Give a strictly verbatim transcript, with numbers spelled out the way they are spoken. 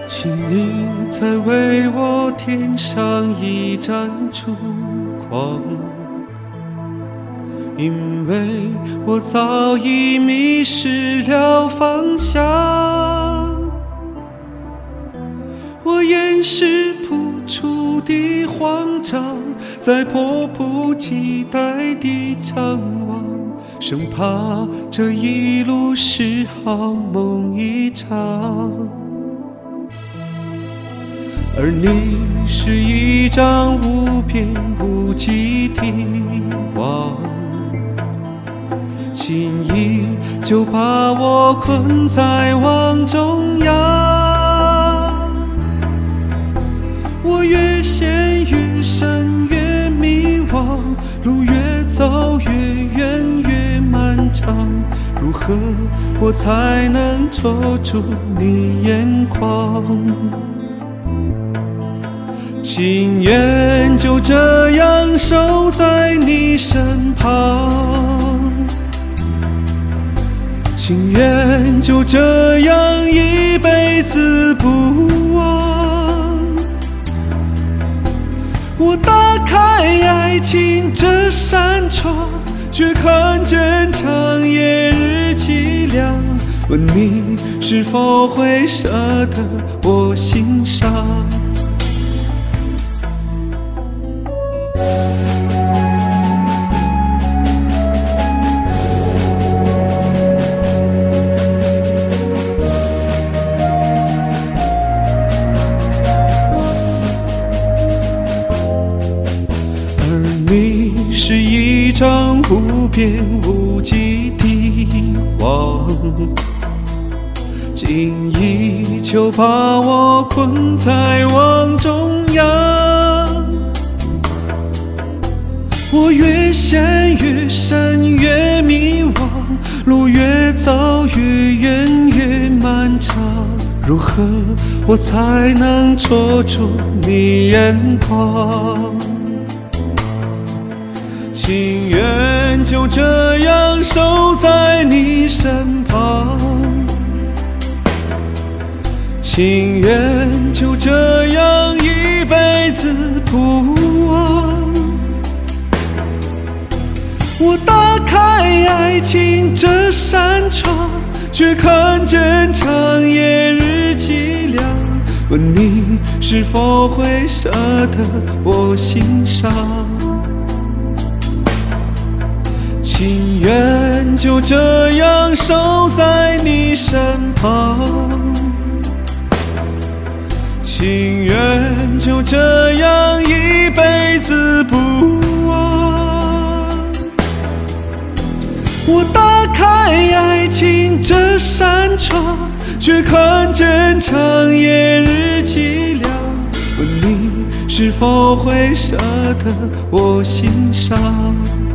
请你再为我添上一盏烛光，因为我早已迷失了方向。我掩饰不出的慌张，在迫不及待地张望，生怕这一路是好梦一场。而你是一张无边无际的网，轻易就把我困在网中央。我越陷越深越迷惘，路越走越远越漫长，如何我才能捉住你眼眶？情愿就这样守在你身旁，情愿就这样一辈子不忘。我打开爱情这扇窗，却看见长夜日凄凉，问你是否会舍得我心伤。你是一张无边无际的网，轻易就把我困在网中央。我越陷越深越迷惘，路越走越远越漫长，如何我才能捉住你眼眶？情愿就这样守在你身旁，情愿就这样一辈子不忘。我打开爱情这扇窗，却看见长夜日凄凉，问你是否会舍得我心伤。情愿就这样守在你身旁，情愿就这样一辈子不忘。我打开爱情这扇窗，却看见长夜日凄凉，问你是否会舍得我心伤。